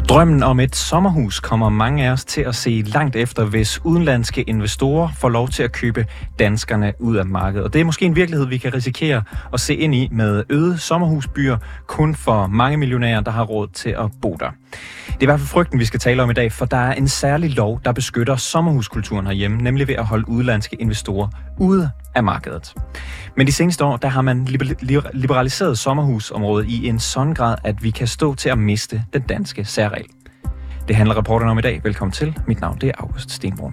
Drømmen om et sommerhus kommer mange af os til at se langt efter, hvis udenlandske investorer får lov til at købe danskerne ud af markedet. Og det er måske en virkelighed, vi kan risikere at se ind i med øde sommerhusbyer, kun for mange millionærer, der har råd til at bo der. Det er i hvert fald frygten, vi skal tale om i dag, for der er en særlig lov, der beskytter sommerhuskulturen herhjemme, nemlig ved at holde udenlandske investorer ude af markedet. Men de seneste år, der har man liberaliseret sommerhusområdet i en sådan grad, at vi kan stå til at miste den danske særregel. Det handler reporterne om i dag. Velkommen til. Mit navn det er August Stenbrun.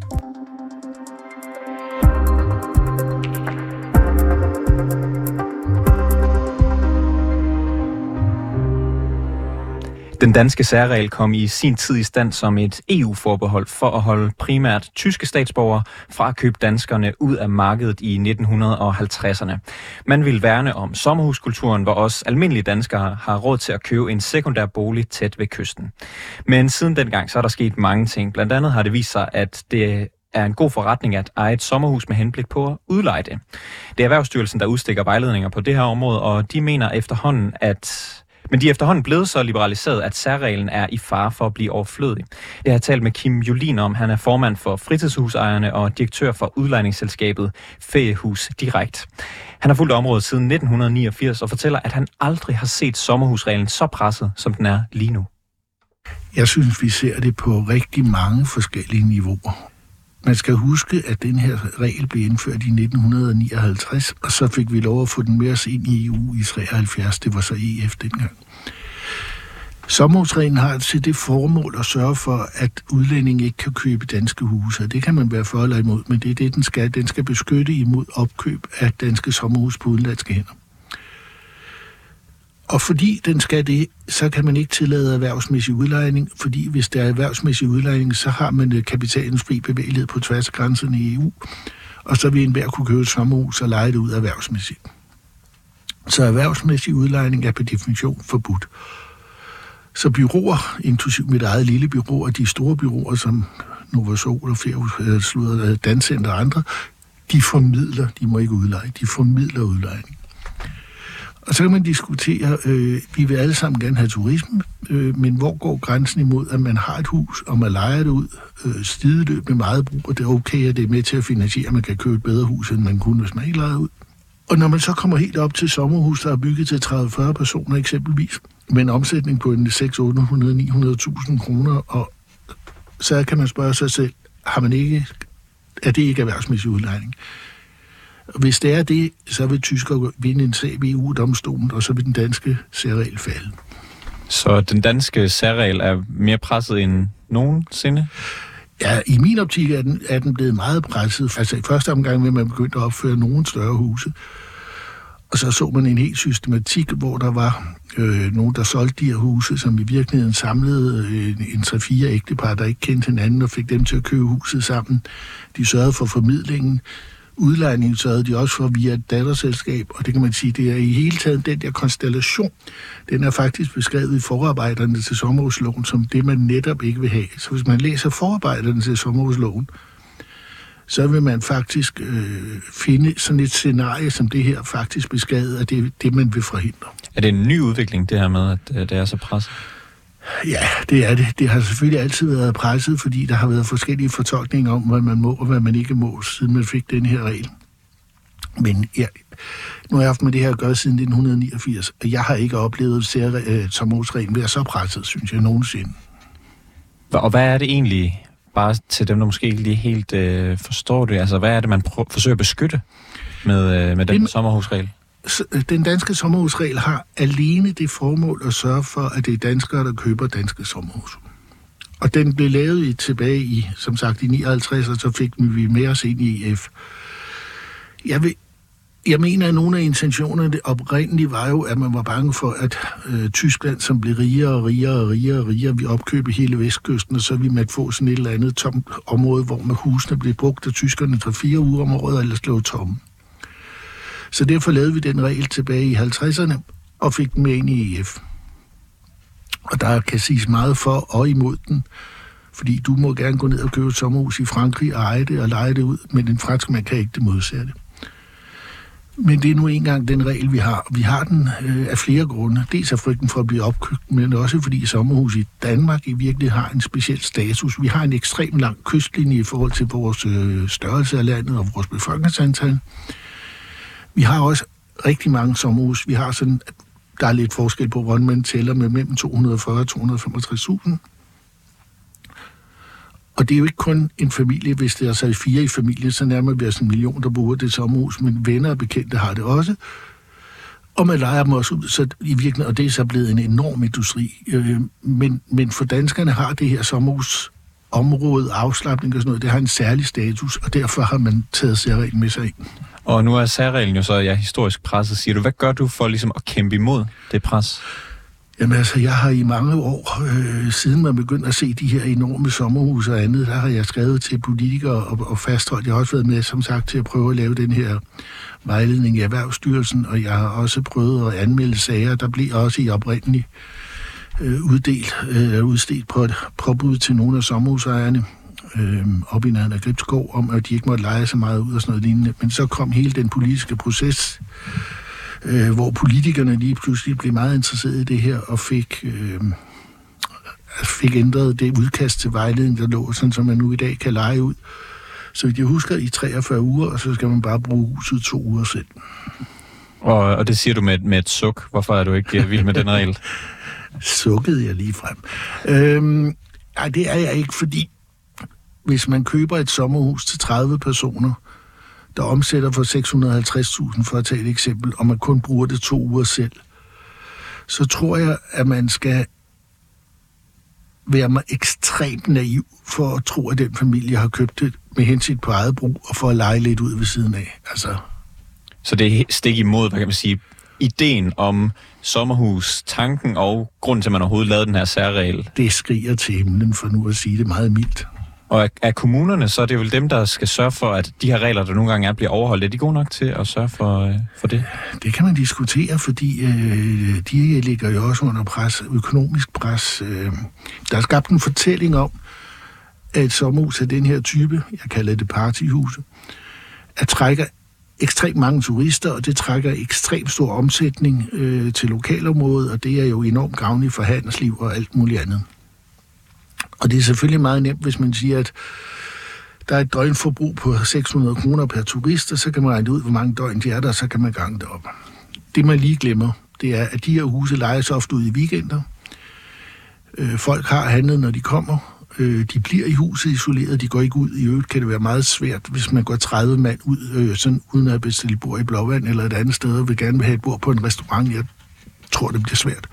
Den danske særregel kom i sin tid i stand som et EU-forbehold for at holde primært tyske statsborgere fra at købe danskerne ud af markedet i 1950'erne. Man ville værne om sommerhuskulturen, hvor også almindelige danskere har råd til at købe en sekundær bolig tæt ved kysten. Men siden dengang så er der sket mange ting. Blandt andet har det vist sig, at det er en god forretning at eje et sommerhus med henblik på at udleje det. Det er Erhvervsstyrelsen, der udstikker vejledninger på det her område, og de mener efterhånden, Men de er efterhånden blevet så liberaliseret, at særreglen er i fare for at blive overflødig. Det har jeg talt med Kim Julin om. Han er formand for fritidshusejerne og direktør for udlejningsselskabet Feriehus Direkt. Han har fulgt området siden 1989 og fortæller, at han aldrig har set sommerhusreglen så presset, som den er lige nu. Jeg synes, vi ser det på rigtig mange forskellige niveauer. Man skal huske, at den her regel blev indført i 1959, og så fik vi lov at få den med os ind i EU i 73. Det var så EF dengang. Sommerhusreglen har til det formål at sørge for, at udlændinge ikke kan købe danske huse. Det kan man være for eller imod, men det er det, den skal. Den skal beskytte imod opkøb af danske sommerhus på udenlandske hænder. Og fordi den skal det, så kan man ikke tillade erhvervsmæssig udlejning, fordi hvis der er erhvervsmæssig udlejning, så har man kapitalens fri bevægelighed på tværs af grænserne i EU, og så vil enhver kunne købe et sommerhus og leje det ud erhvervsmæssigt. Så erhvervsmæssig udlejning er per definition forbudt. Så byråer, inklusiv mit eget lille bureau, og de store byråer som Novasol og Feriehus, Dancenter og andre, de formidler, de må ikke udleje, de formidler udlejning. Og så kan man diskutere, vi vil alle sammen gerne have turisme, men hvor går grænsen imod, at man har et hus, og man lejer det ud, stideløb med meget brug, og det er okay, at det er med til at finansiere, at man kan købe et bedre hus, end man kunne, hvis man ikke lejer ud. Og når man så kommer helt op til sommerhus, der er bygget til 30-40 personer eksempelvis, med en omsætning på en 600-800-900.000 kroner, og så kan man spørge sig selv, er det ikke erhvervsmæssig udlejning? Hvis det er det, så vil tyskere vinde en sag ved EU-domstolen, og så vil den danske særregel falde. Så den danske særregel er mere presset end nogensinde? Ja, i min optik er den blevet meget presset. Altså i første omgang vil man begynde at opføre nogle større huse, og så man en helt systematik, hvor der var nogen, der solgte de her huse, som i virkeligheden samlede en 3-4 ægtepar, der ikke kendte hinanden, og fik dem til at købe huset sammen. De sørgede for formidlingen. Udlejningen sørgede de også for via et datterselskab, og det kan man sige, det er i hele taget den der konstellation, den er faktisk beskrevet i forarbejderne til sommerhusloven som det, man netop ikke vil have. Så hvis man læser forarbejderne til sommerhusloven, så vil man faktisk finde sådan et scenarie, som det her faktisk beskrevet, at det er det, man vil forhindre. Er det en ny udvikling, det her med, at det er så presset? Ja, det er det. Det har selvfølgelig altid været presset, fordi der har været forskellige fortolkninger om, hvad man må og hvad man ikke må, siden man fik den her regel. Men ja, nu har jeg haft med det her at gøre siden 1989, og jeg har ikke oplevet sommerhusreglen være så presset, synes jeg, nogensinde. Og hvad er det egentlig, bare til dem, der måske ikke lige helt forstår det, altså hvad er det, man forsøger at beskytte med den sommerhusregel? Den danske sommerhusregel har alene det formål at sørge for, at det er danskere, der køber danske sommerhus. Og den blev lavet tilbage i, som sagt, i 59, og så fik vi med os ind i EF. Jeg mener, at nogle af intentionerne oprindeligt var jo, at man var bange for, at Tyskland, som blev rigere, vi opkøbe hele vestkysten, og så ville man få sådan et eller andet tomt område, hvor med husene blev brugt af tyskerne 3-4 uger om året, eller slået tomme. Så derfor lavede vi den regel tilbage i 50'erne og fik den med ind i EF. Og der kan siges meget for og imod den, fordi du må gerne gå ned og købe et sommerhus i Frankrig og eje det og leje det ud, men en franskmand kan ikke det modsatte. Men det er nu engang den regel, vi har. Vi har den af flere grunde. Dels er frygten for at blive opkøbt, men også fordi sommerhus i Danmark i virkeligheden har en speciel status. Vi har en ekstremt lang kystlinje i forhold til vores størrelse af landet og vores befolkningsantal. Vi har også rigtig mange sommerhus. Vi har sådan, der er lidt forskel på, hvordan man tæller med mellem 240 og 265.000. Og det er jo ikke kun en familie, hvis det er så 4 i familie, så nærmer vi os 1 million, der bor det sommerhus, men venner og bekendte har det også. Og man lejer dem også ud, så i virkeligheden, og det er så blevet en enorm industri. Men for danskerne har det her sommerhusområde, afslapning og sådan noget, det har en særlig status, og derfor har man taget særreglen med sig ind. Og nu er særreglen jo så historisk presset, siger du. Hvad gør du for ligesom at kæmpe imod det pres? Jamen altså, jeg har i mange år, siden man begyndte at se de her enorme sommerhuse og andet, der har jeg skrevet til politikere og fastholdt. Jeg har også været med, som sagt, til at prøve at lave den her vejledning i Erhvervsstyrelsen, og jeg har også prøvet at anmelde sager. Der blev også i oprindelig udstedt på et påbud til nogle af sommerhusejerne op i nærheden af Gribskov, om at de ikke måtte leje så meget ud og sådan noget lignende. Men så kom hele den politiske proces, hvor politikerne lige pludselig blev meget interesserede i det her og fik ændret det udkast til vejledning, der lå, sådan som man nu i dag kan leje ud. Så jeg husker i 43 uger, og så skal man bare bruge huset 2 uger selv. Og det siger du med et suk. Hvorfor er du ikke vild med den regel? Sukkede jeg lige frem. Nej, det er jeg ikke, fordi hvis man køber et sommerhus til 30 personer, der omsætter for 650.000, for at tage et eksempel, og man kun bruger det 2 uger selv, så tror jeg, at man skal være ekstremt naiv for at tro, at den familie har købt det med hensyn på eget brug, og for at lege lidt ud ved siden af. Altså. Så det er stik imod, hvad kan man sige, ideen om sommerhus, tanken og grunden til, at man overhovedet lavede den her særregel? Det skriger til himlen, for nu at sige det meget mildt. Og af kommunerne, så er det vel dem, der skal sørge for, at de her regler, der nogle gange er, bliver overholdt. Er de gode nok til at sørge for det? Det kan man diskutere, fordi de ligger jo også under pres, økonomisk pres. Der er skabt en fortælling om, at et sommerhus af den her type, jeg kalder det partyhuse, at trækker ekstremt mange turister, og det trækker ekstremt stor omsætning til lokalområdet, og det er jo enormt gavnligt for handelsliv og alt muligt andet. Og det er selvfølgelig meget nemt, hvis man siger, at der er et døgnforbrug på 600 kroner per turist, og så kan man regne ud, hvor mange døgn de er der, og så kan man gange det op. Det, man lige glemmer, det er, at de her huse lejes ofte ud i weekender. Folk har handlet, når de kommer. De bliver i huset isoleret, de går ikke ud. I øvrigt kan det være meget svært, hvis man går 30 mand ud, sådan, uden at bestille bord i Blåvand eller et andet sted, og vil gerne have et bord på en restaurant. Jeg tror, det bliver svært.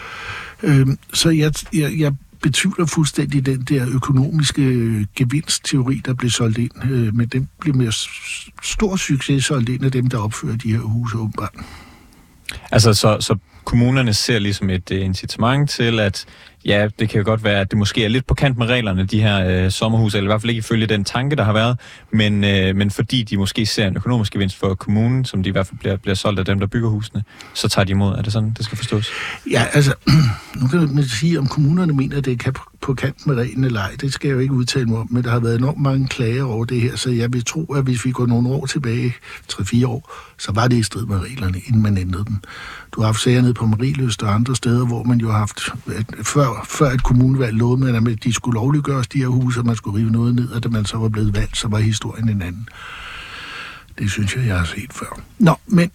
Så jeg betvivler fuldstændig den der økonomiske gevinstteori, der blev solgt ind. Men den blev med stor succes solgt ind af dem, der opfører de her huse åbenbart. Altså, så kommunerne ser ligesom et incitament til, at ja, det kan jo godt være, at det måske er lidt på kant med reglerne, de her sommerhuse, eller i hvert fald ikke ifølge den tanke, der har været, men fordi de måske ser en økonomisk gevinst for kommunen, som de i hvert fald bliver solgt af dem, der bygger husene, så tager de imod. Er det sådan, det skal forstås? Ja, altså, nu kan man sige, om kommunerne mener, at det kan på kant med reglerne eller ej. Det skal jeg jo ikke udtale mig om, men der har været enormt mange klager over det her, så jeg vil tro, at hvis vi går nogle år tilbage, 3-4 år, så var det i strid med reglerne, inden man ændrede dem. Du har haft sager nede på Marieløst og andre steder, hvor man jo har haft, før et kommunevalg lovede man, at de skulle lovliggøres, de her huse, og man skulle rive noget ned, og da man så var blevet valgt, så var historien en anden. Det synes jeg har set før. Nå, men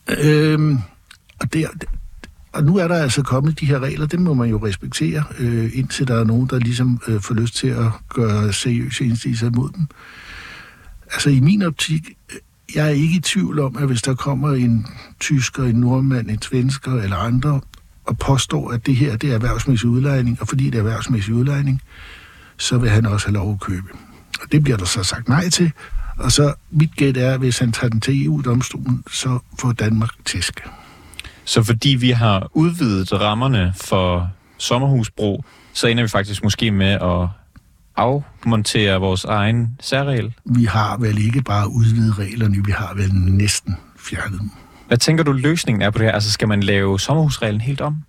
og nu er der altså kommet de her regler, dem må man jo respektere, indtil der er nogen, der ligesom får lyst til at gøre seriøse indsigelser mod dem. Altså i min optik, jeg er ikke i tvivl om, at hvis der kommer en tysker, en nordmand, en svensker eller andre, og påstår, at det her det er erhvervsmæssig udlejning, og fordi det er erhvervsmæssig udlejning, så vil han også have lov at købe. Og det bliver der så sagt nej til, og så mit gæt er, at hvis han tager den til EU-domstolen, så får Danmark tæsk. Så fordi vi har udvidet rammerne for sommerhusbrug, så ender vi faktisk måske med at afmontere vores egen særregel? Vi har vel ikke bare udvidet reglerne, vi har vel næsten fjernet dem. Hvad tænker du, løsningen er på det her? Altså, skal man lave sommerhusreglen helt om?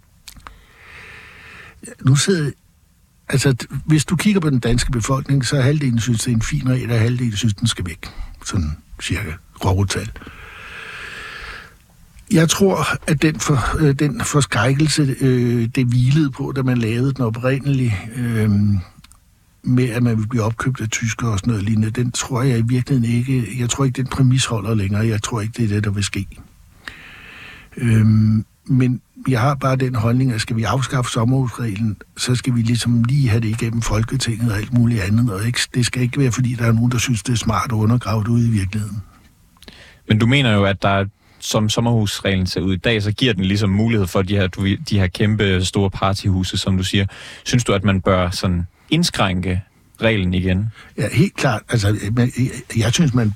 Hvis du kigger på den danske befolkning, så er halvdelen synes, det er en fin regel, og halvdelen synes, den skal væk. Sådan cirka grovtal. Jeg tror, at den forskrækkelse, det hvilede på, da man lavede den oprindelige, med at man vil blive opkøbt af tyskere og sådan noget lignende, den tror jeg i virkeligheden ikke, jeg tror ikke, den præmis holder længere. Jeg tror ikke, det er det, der vil ske. Men jeg har bare den holdning, at skal vi afskaffe sommerhusreglen, så skal vi ligesom lige have det igennem Folketinget og alt muligt andet, og det skal ikke være, fordi der er nogen, der synes, det er smart at undergrave det ude i virkeligheden. Men du mener jo, at der som sommerhusreglen ser ud i dag, så giver den ligesom mulighed for de her kæmpe store partyhuse, som du siger. Synes du, at man bør sådan indskrænke reglen igen? Ja, helt klart. Altså, jeg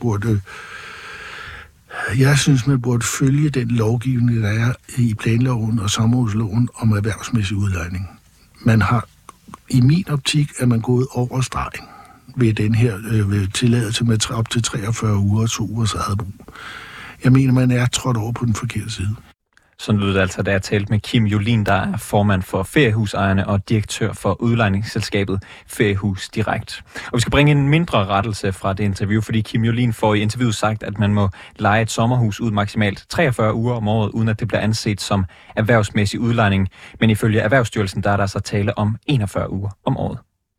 synes, man burde følge den lovgivning, der er i planloven og sommerhusloven om erhvervsmæssig udlejning. Man har i min optik, at man gået over stregen ved den her tilladelse med op til 43 uger og 2 ugers eget brug. Jeg mener, man er trådt over på den forkerte side. Sådan lød det altså, da jeg talte med Kim Jolin, der er formand for feriehusejerne og direktør for udlejningsselskabet Feriehus Direkt. Og vi skal bringe en mindre rettelse fra det interview, fordi Kim Jolin får i interviewet sagt, at man må leje et sommerhus ud maksimalt 43 uger om året, uden at det bliver anset som erhvervsmæssig udlejning. Men ifølge Erhvervsstyrelsen, der er der så tale om 41 uger om året.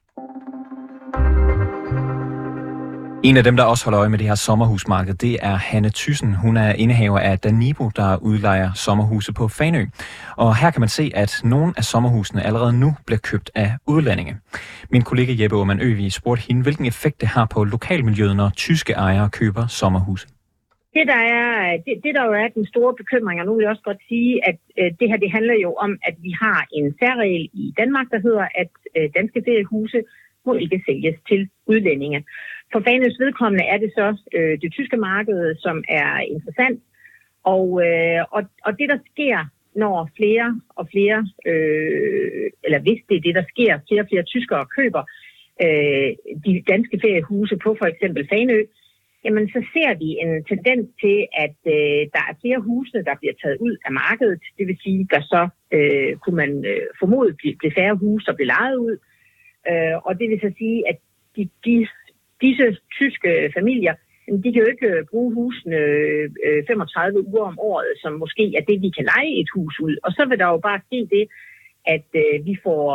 En af dem, der også holder øje med det her sommerhusmarked, det er Hanne Thyssen. Hun er indehaver af Danibo, der udlejer sommerhuse på Fanø. Og her kan man se, at nogle af sommerhusene allerede nu bliver købt af udlændinge. Min kollega Jeppe Aumann Øvig spurgte hende, hvilken effekt det har på lokalmiljøet, når tyske ejere køber sommerhuse. Det der jo er den store bekymring, og nu vil jeg også godt sige, at det her det handler jo om, at vi har en særregel i Danmark, der hedder, at danske feriehuse må ikke sælges til udlændinge. For Fanøs vedkommende er det så det tyske marked, som er interessant. Og det, der sker, når flere og flere, eller hvis det er det, der sker, flere og flere tyskere køber de danske feriehuse på for eksempel Fanø, jamen så ser vi en tendens til, at der er flere huse, der bliver taget ud af markedet. Det vil sige, der så kunne man formode blive færre huse, der bliver lejet ud. Og det vil så sige, at disse tyske familier, de kan jo ikke bruge husene 35 uger om året, som måske er det, vi kan leje et hus ud. Og så vil der jo bare ske det, at vi får...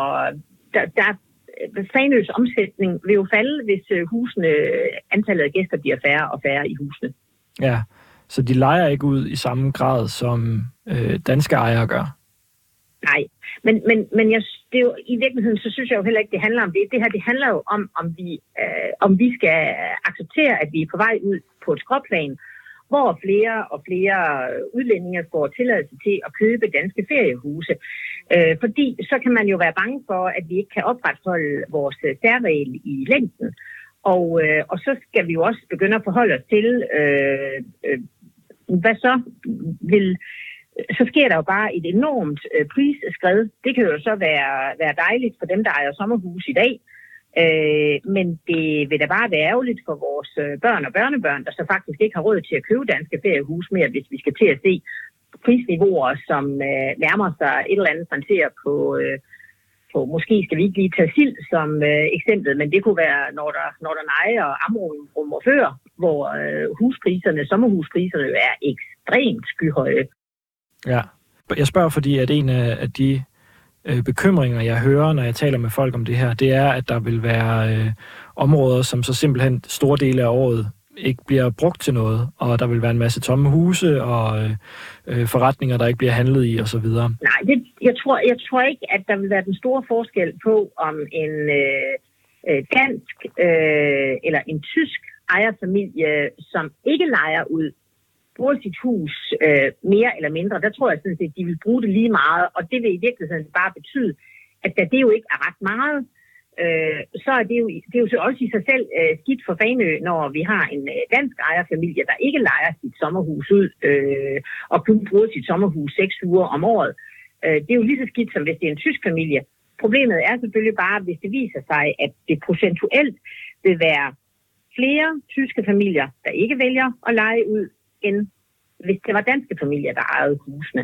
Fanøs omsætning vil jo falde, hvis husene, antallet af gæster bliver færre og færre i husene. Ja, så de lejer ikke ud i samme grad, som danske ejere gør? Nej, men det er jo, i virkeligheden, så synes jeg jo heller ikke, det handler om det. Det her, det handler jo om vi skal acceptere, at vi er på vej ud på et skråplan, hvor flere og flere udlændinge får tilladelse til at købe danske feriehuse. Fordi så kan man jo være bange for, at vi ikke kan opretholde vores særregel i længden. Og så skal vi jo også begynde at forholde os til, hvad så vil... Så sker der jo bare et enormt prisskred. Det kan jo så være dejligt for dem, der ejer sommerhus i dag. Men det vil da bare være ærgerligt for vores børn og børnebørn, der så faktisk ikke har råd til at købe danske feriehus mere, hvis vi skal til at se prisniveauer, som nærmer sig et eller andet, man ser på måske skal vi ikke lige tage sild som eksempel, men det kunne være Norderney og Amrum og Før, hvor sommerhuspriserne jo er ekstremt skyhøje. Ja, jeg spørger, fordi at en af de bekymringer, jeg hører, når jeg taler med folk om det her, det er, at der vil være områder, som så simpelthen store dele af året ikke bliver brugt til noget, og der vil være en masse tomme huse og forretninger, der ikke bliver handlet i osv. Nej, jeg tror ikke, at der vil være den store forskel på, om en dansk eller en tysk ejerfamilie, som ikke lejer ud, bruger sit hus mere eller mindre. Der tror jeg sådan set, at de vil bruge det lige meget, og det vil i virkeligheden bare betyde, at da det jo ikke er ret meget, så er det er jo så også i sig selv skidt for Fanø, når vi har en dansk ejerfamilie, der ikke lejer sit sommerhus ud og kun bruger sit sommerhus 6 uger om året. Det er jo lige så skidt, som hvis det er en tysk familie. Problemet er selvfølgelig bare, hvis det viser sig, at det procentuelt vil være flere tyske familier, der ikke vælger at leje ud, end hvis det var danske familier, der ejede husene.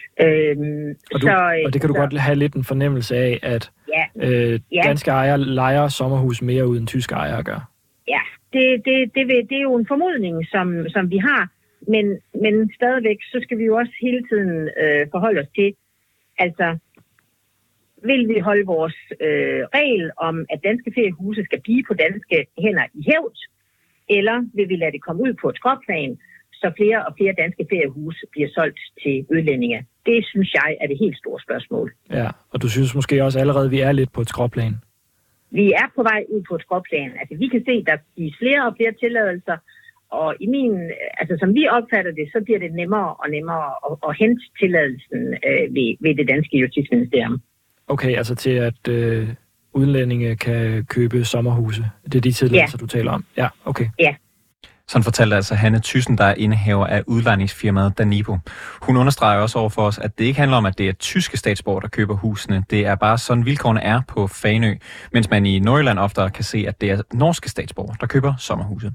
Og det kan du godt have lidt en fornemmelse af, at danske ejere lejer sommerhus mere ud, end tyske ejere gør. Ja, det er jo en formodning, som vi har, Men stadigvæk, så skal vi jo også hele tiden forholde os til, altså, vil vi holde vores regel om, at danske feriehuse skal blive på danske hænder i hævd, eller vil vi lade det komme ud på et skråplan, så flere og flere danske feriehuse bliver solgt til udlændinge? Det synes jeg er det helt store spørgsmål. Ja, og du synes måske også allerede, at vi er lidt på et skråplan? Vi er på vej ud på et skråplan. Altså, vi kan se, at der bliver flere og flere tilladelser, og som vi opfatter det, så bliver det nemmere og nemmere at hente tilladelsen ved det danske justitsministerium. Okay, altså til at udlændinge kan købe sommerhuse. Det er de tilladelser, du taler om? Ja, okay. Ja. Sådan fortalte altså Hanne Thyssen, der er indehaver af udlejningsfirmaet Danibo. Hun understreger også over for os, at det ikke handler om, at det er tyske statsborgere, der køber husene. Det er bare sådan, vilkårene er på Fanø, mens man i Nordjylland ofte kan se, at det er norske statsborgere, der køber sommerhuse.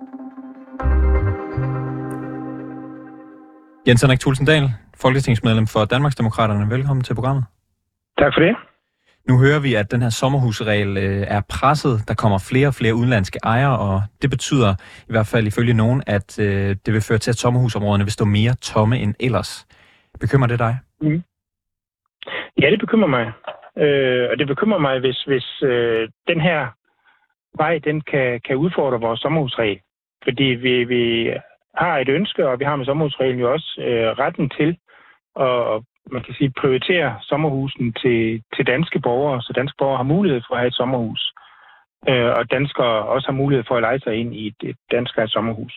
Jens Henrik Thulesen Dahl, folketingsmedlem for Danmarksdemokraterne. Velkommen til programmet. Tak for det. Nu hører vi, at den her sommerhusregel er presset. Der kommer flere og flere udenlandske ejere, og det betyder i hvert fald ifølge nogen, at det vil føre til, at sommerhusområderne vil stå mere tomme end ellers. Bekymrer det dig? Mm. Ja, det bekymrer mig. Og det bekymrer mig, hvis den her vej, den kan udfordre vores sommerhusregel. Fordi vi har et ønske, og vi har med sommerhusreglen jo også retten til at man kan sige, prioritere sommerhusen til danske borgere, så danske borgere har mulighed for at have et sommerhus. Og danskere også har mulighed for at leje sig ind i et dansk sommerhus.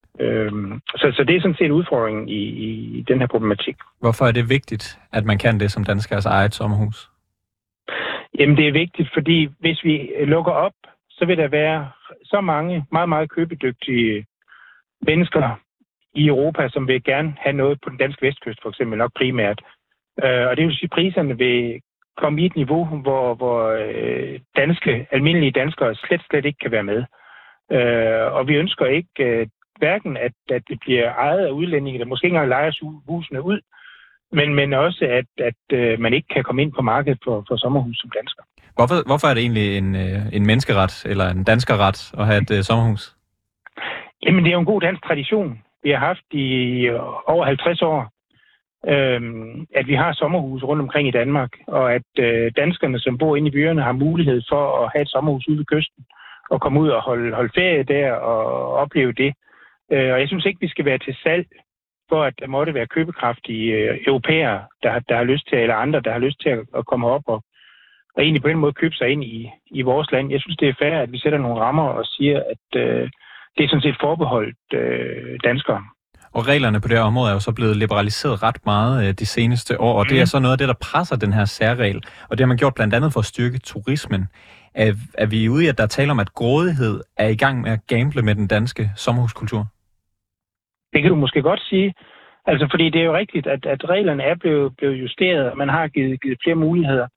Så det er sådan set udfordringen i den her problematik. Hvorfor er det vigtigt, at man kan det som danskers eget sommerhus? Jamen det er vigtigt, fordi hvis vi lukker op, så vil der være så mange meget, meget købedygtige mennesker i Europa, som vil gerne have noget på den danske vestkyst, for eksempel nok primært. Og det vil sige, at priserne vil komme i et niveau, hvor almindelige danskere slet ikke kan være med. Og vi ønsker ikke hverken, at det bliver ejet af udlændinge, der måske ikke engang lejer husene ud, men også, at man ikke kan komme ind på markedet for sommerhus som dansker. Hvorfor er det egentlig en menneskeret eller en danskerret at have et sommerhus? Jamen, det er jo en god dansk tradition. Vi har haft i over 50 år, at vi har sommerhus rundt omkring i Danmark, og at danskerne, som bor inde i byerne, har mulighed for at have et sommerhus ude ved kysten, og komme ud og holde ferie der og opleve det. Og jeg synes ikke, vi skal være til salg for, at der måtte være købekraftige europæere, der har lyst til, eller andre, der har lyst til at komme op og egentlig på den måde købe sig ind i vores land. Jeg synes, det er fair, at vi sætter nogle rammer og siger, at det er sådan set forbeholdt danskere. Og reglerne på det her område er jo så blevet liberaliseret ret meget de seneste år, og det er så noget af det, der presser den her særregel. Og det har man gjort blandt andet for at styrke turismen. Er vi ude i, at der taler om, at grådighed er i gang med at gamble med den danske sommerhuskultur? Det kan du måske godt sige. Altså, fordi det er jo rigtigt, at reglerne er blevet justeret, og man har givet flere muligheder.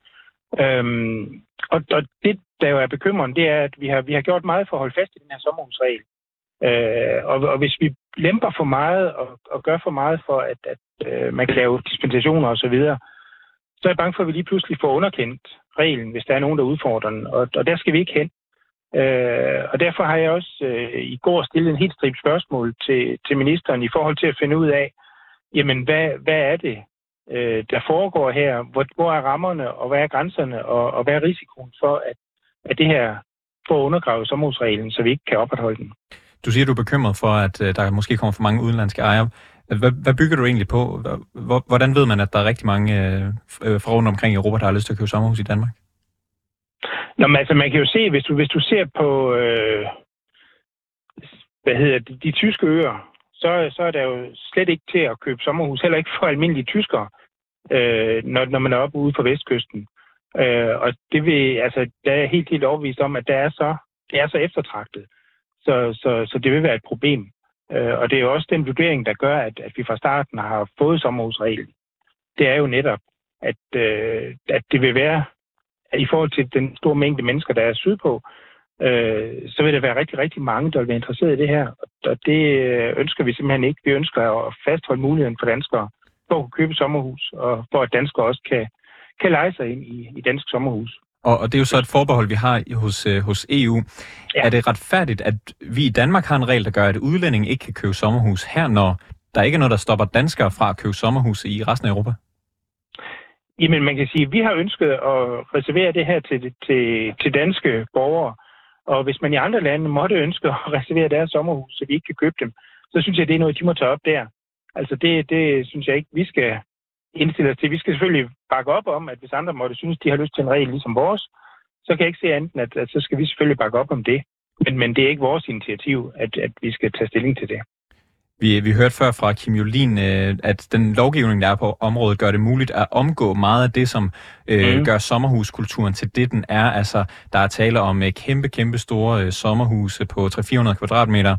Og det, der jo er bekymrende, det er, at vi har gjort meget for at holde fast i den her sommerhusregel. Og hvis vi lemper for meget og gør for meget for, at man kan lave dispensationer osv., så er jeg bange for, at vi lige pludselig får underkendt reglen, hvis der er nogen, der udfordrer den. Og der skal vi ikke hen. Og derfor har jeg også i går stillet en helt stribe spørgsmål til ministeren i forhold til at finde ud af, jamen hvad er det, der foregår her? Hvor er rammerne, og hvad er grænserne, og hvad er risikoen for, at det her får undergravet sommerhusreglen, så vi ikke kan opretholde den? Du siger, du er bekymret for, at der måske kommer for mange udenlandske ejere. Hvad bygger du egentlig på? Hvordan ved man, at der er rigtig mange fra rundt omkring i Europa, der har lyst til at købe sommerhus i Danmark? Nå, men altså, man kan jo se, hvis du ser på de tyske øer, så er der jo slet ikke til at købe sommerhus, heller ikke for almindelige tyskere, når man er oppe ude på vestkysten. Og det vil, altså, der er helt overbevist om, at det er så eftertragtet. Så det vil være et problem. Og det er jo også den vurdering, der gør, at vi fra starten har fået sommerhusreglen. Det er jo netop, at det vil være, at i forhold til den store mængde mennesker, der er sydpå, så vil der være rigtig, rigtig mange, der vil være interesseret i det her. Og det ønsker vi simpelthen ikke. Vi ønsker at fastholde muligheden for danskere for at købe sommerhus, og for at danskere også kan leje sig ind i dansk sommerhus. Og det er jo så et forbehold, vi har hos EU. Ja. Er det retfærdigt, at vi i Danmark har en regel, der gør, at udlændinge ikke kan købe sommerhus her, når der ikke er noget, der stopper danskere fra at købe sommerhus i resten af Europa? Jamen, man kan sige, at vi har ønsket at reservere det her til danske borgere. Og hvis man i andre lande måtte ønske at reservere deres sommerhus, så vi ikke kan købe dem, så synes jeg, det er noget, de må tage op der. Altså, det synes jeg ikke, vi skal indstille os til. Vi skal selvfølgelig bakke op om, at hvis andre måtte synes, de har lyst til en regel ligesom vores, så kan jeg ikke se andet, at så skal vi selvfølgelig bakke op om det. Men det er ikke vores initiativ, at vi skal tage stilling til det. Vi hørte før fra Kim Jolin, at den lovgivning, der er på området, gør det muligt at omgå meget af det, som gør sommerhuskulturen til det, den er. Altså, der er tale om kæmpe store sommerhuse på 300-400 kvadratmeter.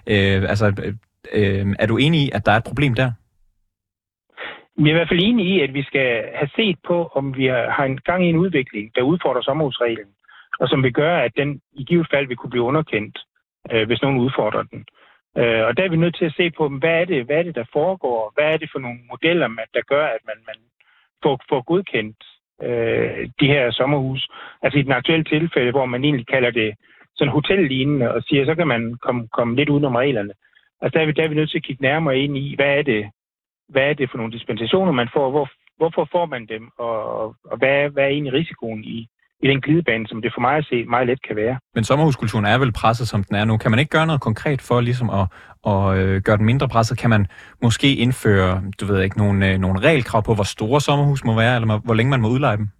Er du enig i, at der er et problem der? Vi er i hvert fald enige i, at vi skal have set på, om vi har en gang i en udvikling, der udfordrer sommerhusreglen, og som vil gøre, at den i givet fald vil kunne blive underkendt, hvis nogen udfordrer den. Og der er vi nødt til at se på, hvad er det, der foregår? Hvad er det for nogle modeller, der gør, at man får godkendt de her sommerhus? Altså i den aktuelle tilfælde, hvor man egentlig kalder det sådan hotellignende, og siger, så kan man komme lidt udenom reglerne. Altså der er vi nødt til at kigge nærmere ind i, hvad er det for nogle dispensationer, man får? Hvorfor får man dem? Og hvad er egentlig risikoen i den glidebane, som det for mig at se meget let kan være. Men sommerhuskulturen er vel presset, som den er nu. Kan man ikke gøre noget konkret for ligesom at gøre den mindre presset? Kan man måske indføre, nogle regelkrav på, hvor store sommerhus må være, eller hvor længe man må udleje dem?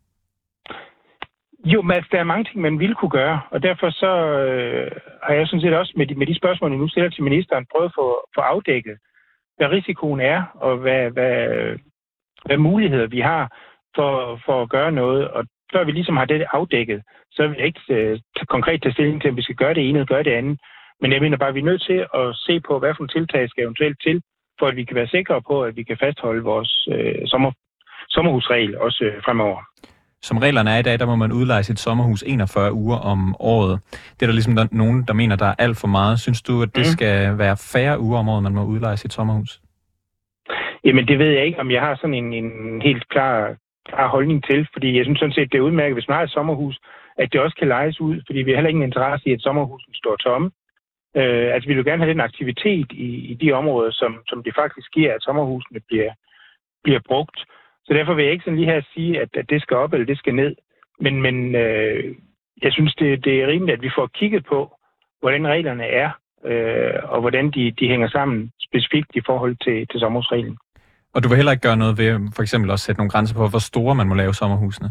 Jo, men der er mange ting, man ville kunne gøre, og derfor så har jeg sådan set også med de spørgsmål, jeg nu stiller til ministeren, prøvet at få afdækket, hvad risikoen er, og hvad muligheder vi har for at gøre noget. Og før vi ligesom har det afdækket, så vil jeg ikke konkret tage stilling til, om vi skal gøre det ene eller gøre det andet. Men jeg mener bare, at vi er nødt til at se på, hvad for en tiltag skal eventuelt til, for at vi kan være sikre på, at vi kan fastholde vores sommerhusregel også fremover. Som reglerne er i dag, der må man udleje sit sommerhus 41 uger om året. Det er der ligesom nogen, der mener, der er alt for meget. Synes du, at det skal være færre uger om året, man må udleje sit sommerhus? Jamen, det ved jeg ikke, om jeg har sådan en helt klar holdning til, fordi jeg synes sådan set, det er udmærket, hvis man har et sommerhus, at det også kan lejes ud, fordi vi har heller ingen interesse i, at sommerhusen står tomme. Altså, vi vil gerne have den aktivitet i de områder, som det faktisk giver, at sommerhusene bliver brugt. Så derfor vil jeg ikke sådan lige her sige, at det skal op eller det skal ned. Men jeg synes, det er rimeligt, at vi får kigget på, hvordan reglerne er, og hvordan de hænger sammen specifikt i forhold til sommerhusreglen. Og du vil heller ikke gøre noget ved for eksempel også sætte nogle grænser på, hvor store man må lave sommerhusene?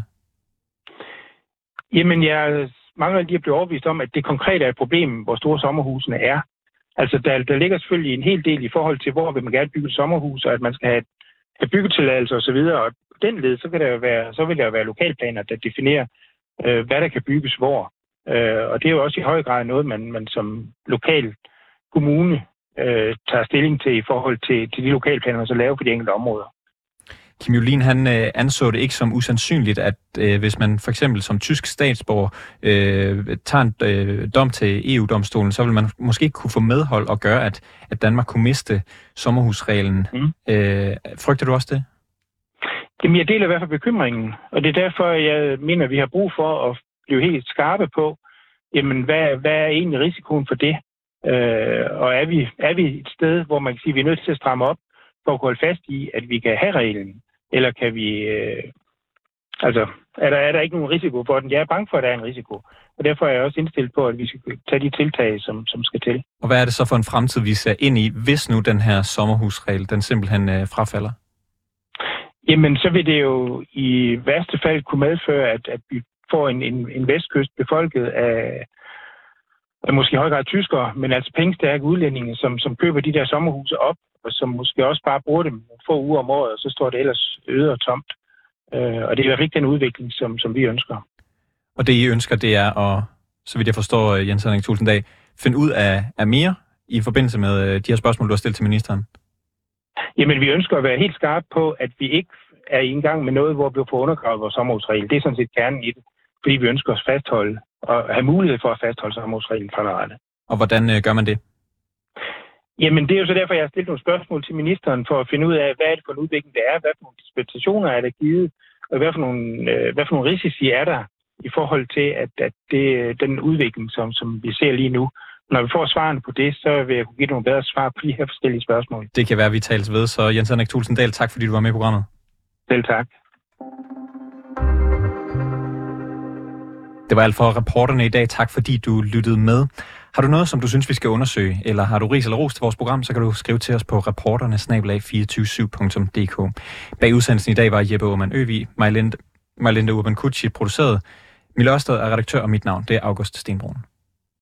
Jamen, jeg mangler lige at blive overbevist om, at det konkret er et problem, hvor store sommerhusene er. Altså, der ligger selvfølgelig en hel del i forhold til, hvor vil man gerne bygge et sommerhus, og at man skal have byggetilladelse osv. Og på den led, så vil der jo være lokalplaner, der definerer, hvad der kan bygges hvor. Og det er jo også i høj grad noget, man som lokal kommune tager stilling til i forhold til de lokalplaner, man så laver på de enkelte områder. Kim Jolin, han anså det ikke som usandsynligt, at hvis man for eksempel som tysk statsborger tager en dom til EU-domstolen, så vil man måske kunne få medhold og gøre, at Danmark kunne miste sommerhusreglen. Frygter du også det? Jamen, jeg deler i hvert fald bekymringen, og det er derfor, jeg mener, at vi har brug for at blive helt skarpe på, jamen, hvad er egentlig risikoen for det? Og er vi et sted, hvor man kan sige, at vi er nødt til at stramme op for at holde fast i, at vi kan have reglen? Eller kan vi... er der ikke nogen risiko for den? Jeg er bange for, at der er en risiko. Og derfor er jeg også indstillet på, at vi skal tage de tiltag, som skal til. Og hvad er det så for en fremtid, vi ser ind i, hvis nu den her sommerhusregel, den simpelthen frafalder? Jamen, så vil det jo i værste fald kunne medføre, at vi får en vestkyst befolket af måske i høj grad tyskere, men altså pengestærke udlændinge, som køber de der sommerhuse op, og som måske også bare bruger dem få uger om året, og så står det ellers øde og tomt. Og det er i hvert fald ikke den udvikling, som vi ønsker. Og det, I ønsker, det er at, så vidt jeg forstår, Jens Henrik Tulsendal, finde ud af mere i forbindelse med de her spørgsmål, du har stillet til ministeren? Jamen, vi ønsker at være helt skarpe på, at vi ikke er i gang med noget, hvor vi får undergravet vores sommerhusregel. Det er sådan set kernen i det, fordi vi ønsker at fastholde og have mulighed for at fastholde sommerhusreglen fremadrettet. Og hvordan gør man det? Jamen, det er jo så derfor, jeg har stillet nogle spørgsmål til ministeren for at finde ud af, hvad er det for en udvikling, der er, hvad for nogle dispensationer er der givet, og hvad for nogle risici er der i forhold til, at den udvikling, som vi ser lige nu. Når vi får svarene på det, så vil jeg kunne give nogle bedre svar på de her forskellige spørgsmål. Det kan være, vi tales ved. Så Jens Henrik Thulesen Dahl, tak fordi du var med i programmet. Selv tak. Det var alt for reporterne i dag. Tak fordi du lyttede med. Har du noget, som du synes, vi skal undersøge, eller har du ris eller ros til vores program, så kan du skrive til os på reporterne@247.dk. Bag udsendelsen i dag var Jeppe Aumann Øvig, Majlinde Urban Kutschi produceret. Mille Ørsted er redaktør, og mit navn det er August Stenbrun.